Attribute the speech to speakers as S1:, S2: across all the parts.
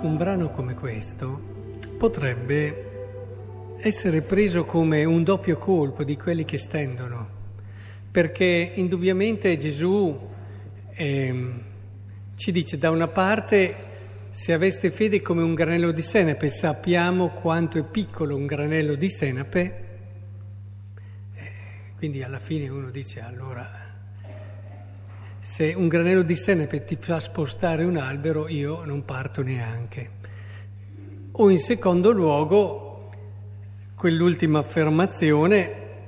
S1: un brano come questo potrebbe essere preso come un doppio colpo di quelli che stendono, perché indubbiamente Gesù ci dice da una parte: se aveste fede come un granello di senape, sappiamo quanto è piccolo un granello di senape, quindi alla fine uno dice: allora, se un granello di senape ti fa spostare un albero, io non parto neanche. O in secondo luogo, quell'ultima affermazione: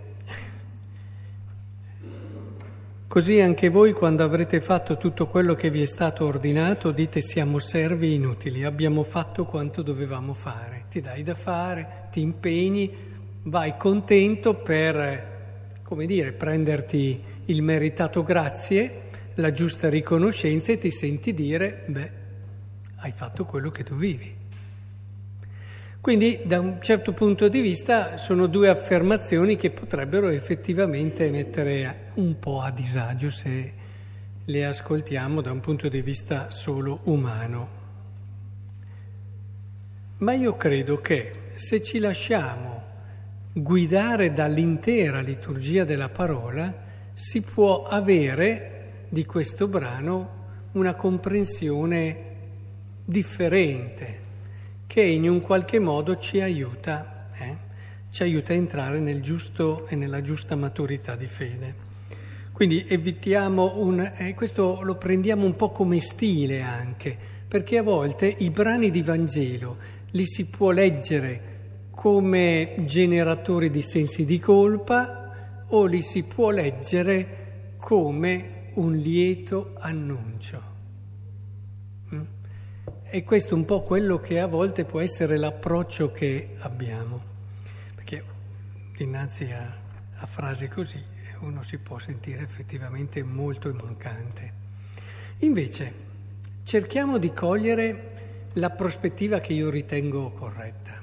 S1: così anche voi, quando avrete fatto tutto quello che vi è stato ordinato, dite: siamo servi inutili, abbiamo fatto quanto dovevamo fare. Ti dai da fare, ti impegni, vai contento per, come dire, prenderti il meritato grazie, la giusta riconoscenza, e ti senti dire: beh, hai fatto quello che dovevi. Quindi da un certo punto di vista sono due affermazioni che potrebbero effettivamente mettere un po' a disagio se le ascoltiamo da un punto di vista solo umano. Ma io credo che se ci lasciamo guidare dall'intera liturgia della parola, si può avere di questo brano una comprensione differente, che in un qualche modo ci aiuta a entrare nel giusto e nella giusta maturità di fede. Quindi evitiamo questo lo prendiamo un po' come stile anche, perché a volte i brani di Vangelo li si può leggere come generatori di sensi di colpa o li si può leggere come un lieto annuncio. E questo è un po' quello che a volte può essere l'approccio che abbiamo, perché dinanzi a frasi così uno si può sentire effettivamente molto mancante. Invece cerchiamo di cogliere la prospettiva che io ritengo corretta.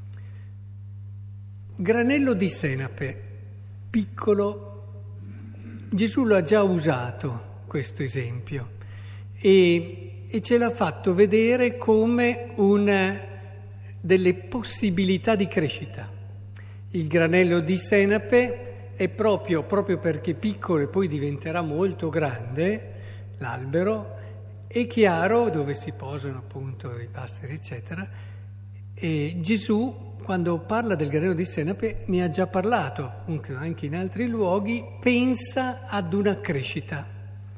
S1: Granello di senape, piccolo. Gesù lo ha già usato questo esempio e ce l'ha fatto vedere come una delle possibilità di crescita. Il granello di senape è proprio perché piccolo e poi diventerà molto grande l'albero, è chiaro, dove si posano appunto i passeri eccetera, e Gesù quando parla del granello di senape ne ha già parlato, anche in altri luoghi, pensa ad una crescita.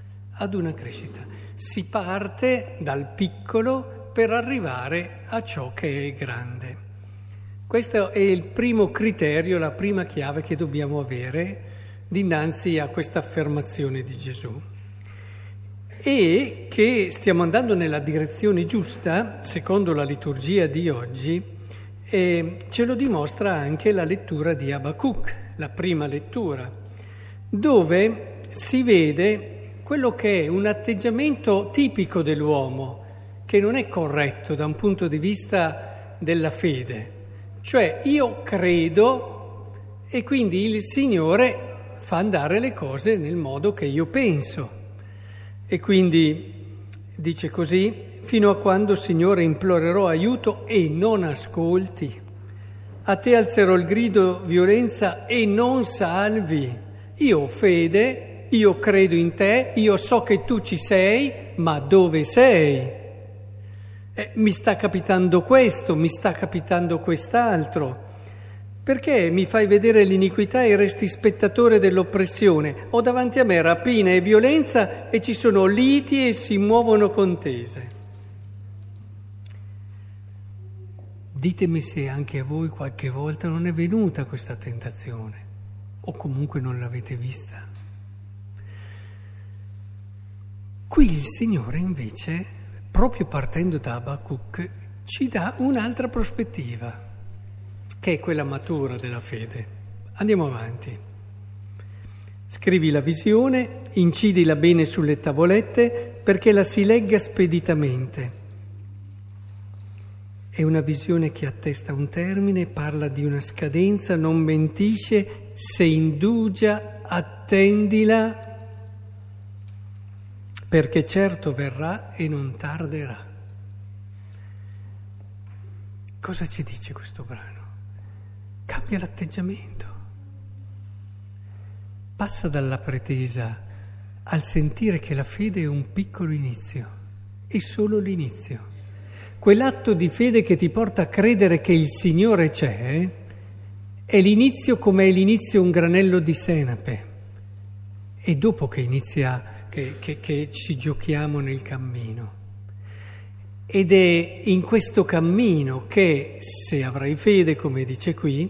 S1: Si parte dal piccolo per arrivare a ciò che è grande. Questo è il primo criterio, la prima chiave che dobbiamo avere dinanzi a questa affermazione di Gesù. E che stiamo andando nella direzione giusta, secondo la liturgia di oggi, e ce lo dimostra anche la lettura di Abacuc, la prima lettura, dove si vede quello che è un atteggiamento tipico dell'uomo, che non è corretto da un punto di vista della fede. Cioè io credo e quindi il Signore fa andare le cose nel modo che io penso. E quindi dice così: fino a quando, Signore, implorerò aiuto e non ascolti? A te alzerò il grido violenza e non salvi. Io ho fede, io credo in te, io so che tu ci sei, ma dove sei? Mi sta capitando questo, mi sta capitando quest'altro. Perché mi fai vedere l'iniquità e resti spettatore dell'oppressione? Ho davanti a me rapina e violenza e ci sono liti e si muovono contese. Ditemi se anche a voi qualche volta non è venuta questa tentazione, o comunque non l'avete vista. Qui il Signore invece, proprio partendo da Abacuc, ci dà un'altra prospettiva, che è quella matura della fede. Andiamo avanti. Scrivi la visione, incidila bene sulle tavolette perché la si legga speditamente. È una visione che attesta un termine, parla di una scadenza, non mentisce, se indugia, attendila, perché certo verrà e non tarderà. cosa ci dice questo brano? Cambia l'atteggiamento. Passa dalla pretesa al sentire che la fede è un piccolo inizio, è solo l'inizio. Quell'atto di fede che ti porta a credere che il Signore c'è è l'inizio come è l'inizio un granello di senape. E dopo che inizia, che ci giochiamo nel cammino. Ed è in questo cammino che, se avrai fede, come dice qui,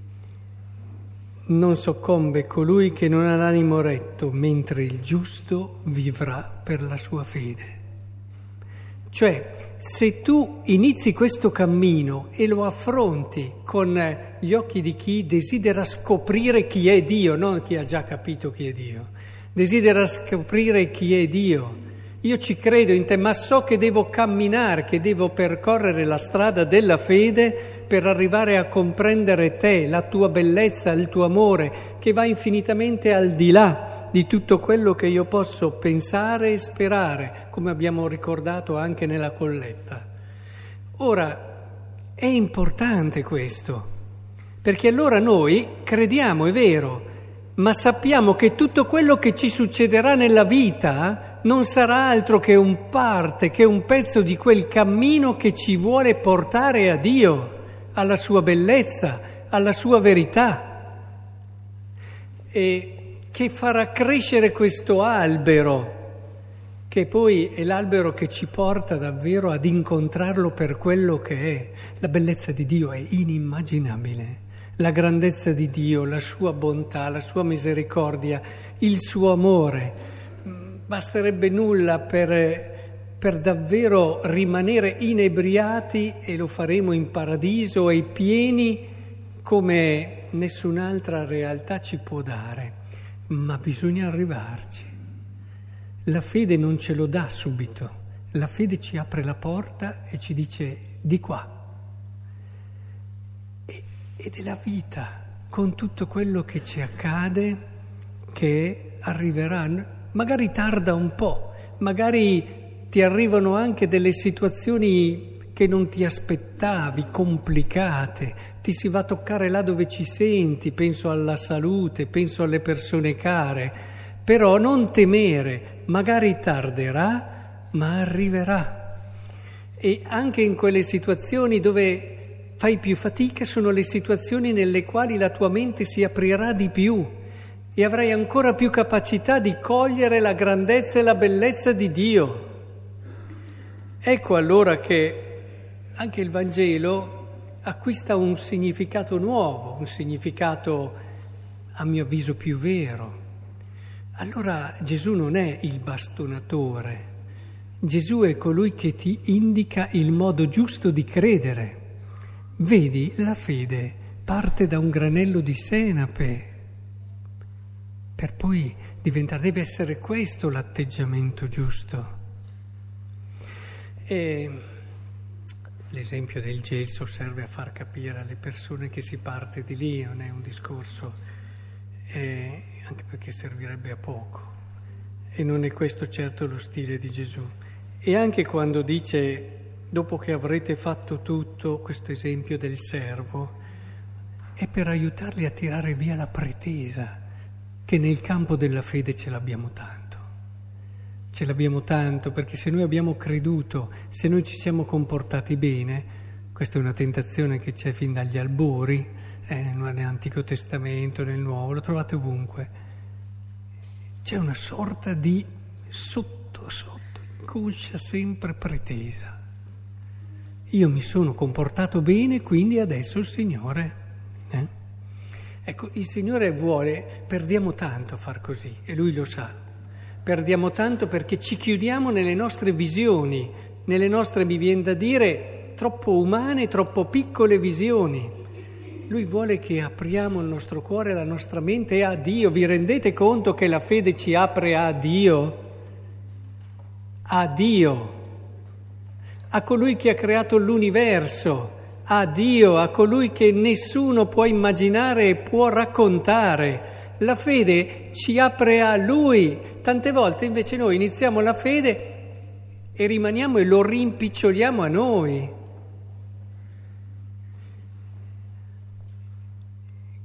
S1: non soccombe colui che non ha l'animo retto, mentre il giusto vivrà per la sua fede. Cioè, se tu inizi questo cammino e lo affronti con gli occhi di chi desidera scoprire chi è Dio, non chi ha già capito chi è Dio, desidera scoprire chi è Dio. Io ci credo in te, ma so che devo camminare, che devo percorrere la strada della fede per arrivare a comprendere te, la tua bellezza, il tuo amore, che va infinitamente al di là di tutto quello che io posso pensare e sperare, come abbiamo ricordato anche nella colletta. Ora, è importante questo, perché allora noi crediamo, è vero, ma sappiamo che tutto quello che ci succederà nella vita non sarà altro che un parte, che un pezzo di quel cammino che ci vuole portare a Dio, alla sua bellezza, alla sua verità, e che farà crescere questo albero, che poi è l'albero che ci porta davvero ad incontrarlo per quello che è. La bellezza di Dio è inimmaginabile. La grandezza di Dio, la sua bontà, la sua misericordia, il suo amore. Basterebbe nulla per davvero rimanere inebriati, e lo faremo in paradiso e pieni come nessun'altra realtà ci può dare. Ma bisogna arrivarci. La fede non ce lo dà subito. La fede ci apre la porta e ci dice di qua. Ed è la vita, con tutto quello che ci accade, che arriverà. Magari tarda un po', magari ti arrivano anche delle situazioni che non ti aspettavi, complicate, ti si va a toccare là dove ci senti, penso alla salute, penso alle persone care, però non temere, magari tarderà, ma arriverà. E anche in quelle situazioni dove fai più fatica sono le situazioni nelle quali la tua mente si aprirà di più e avrai ancora più capacità di cogliere la grandezza e la bellezza di Dio. Ecco allora che anche il Vangelo acquista un significato nuovo, un significato a mio avviso più vero. Allora Gesù non è il bastonatore, Gesù è colui che ti indica il modo giusto di credere. Vedi, la fede parte da un granello di senape per poi diventare, deve essere questo l'atteggiamento giusto. E l'esempio del gelso serve a far capire alle persone che si parte di lì, non è un discorso, anche perché servirebbe a poco. E non è questo certo lo stile di Gesù. E anche quando dice, dopo che avrete fatto tutto, questo esempio del servo, è per aiutarli a tirare via la pretesa, che nel campo della fede ce l'abbiamo tanto. Ce l'abbiamo tanto perché se noi abbiamo creduto, se noi ci siamo comportati bene, questa è una tentazione che c'è fin dagli albori, nell'Antico Testamento, nel Nuovo, lo trovate ovunque. C'è una sorta di sotto, inconscia sempre pretesa. Io mi sono comportato bene, quindi adesso il Signore. Ecco, il Signore vuole, perdiamo tanto a far così, e Lui lo sa. Perdiamo tanto perché ci chiudiamo nelle nostre visioni, nelle nostre, mi viene da dire, troppo umane, troppo piccole visioni. Lui vuole che apriamo il nostro cuore, la nostra mente a Dio. Vi rendete conto che la fede ci apre a Dio? A Dio, a colui che ha creato l'universo, a Dio, a colui che nessuno può immaginare e può raccontare. La fede ci apre a Lui. Tante volte invece noi iniziamo la fede e rimaniamo e lo rimpiccioliamo a noi.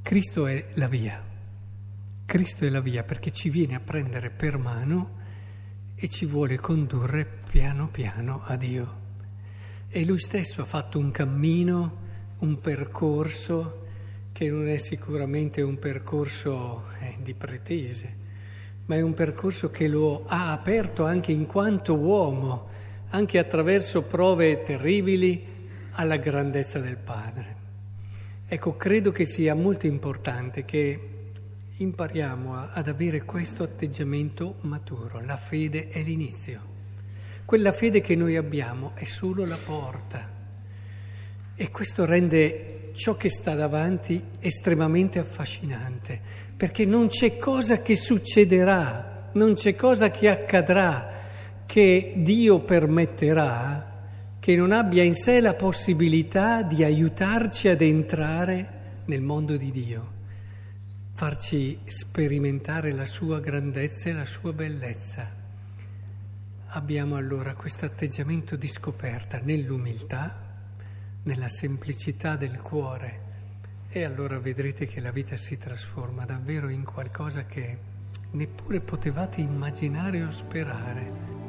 S1: Cristo è la via. Cristo è la via perché ci viene a prendere per mano e ci vuole condurre piano piano a Dio. E Lui stesso ha fatto un cammino, un percorso che non è sicuramente un percorso di pretese, ma è un percorso che lo ha aperto anche in quanto uomo, anche attraverso prove terribili, alla grandezza del Padre. Ecco, credo che sia molto importante che impariamo ad avere questo atteggiamento maturo. La fede è l'inizio. Quella fede che noi abbiamo è solo la porta. E questo rende ciò che sta davanti estremamente affascinante, perché non c'è cosa che succederà, non c'è cosa che accadrà, che Dio permetterà, che non abbia in sé la possibilità di aiutarci ad entrare nel mondo di Dio, farci sperimentare la sua grandezza e la sua bellezza. Abbiamo allora questo atteggiamento di scoperta nell'umiltà, nella semplicità del cuore, e allora vedrete che la vita si trasforma davvero in qualcosa che neppure potevate immaginare o sperare.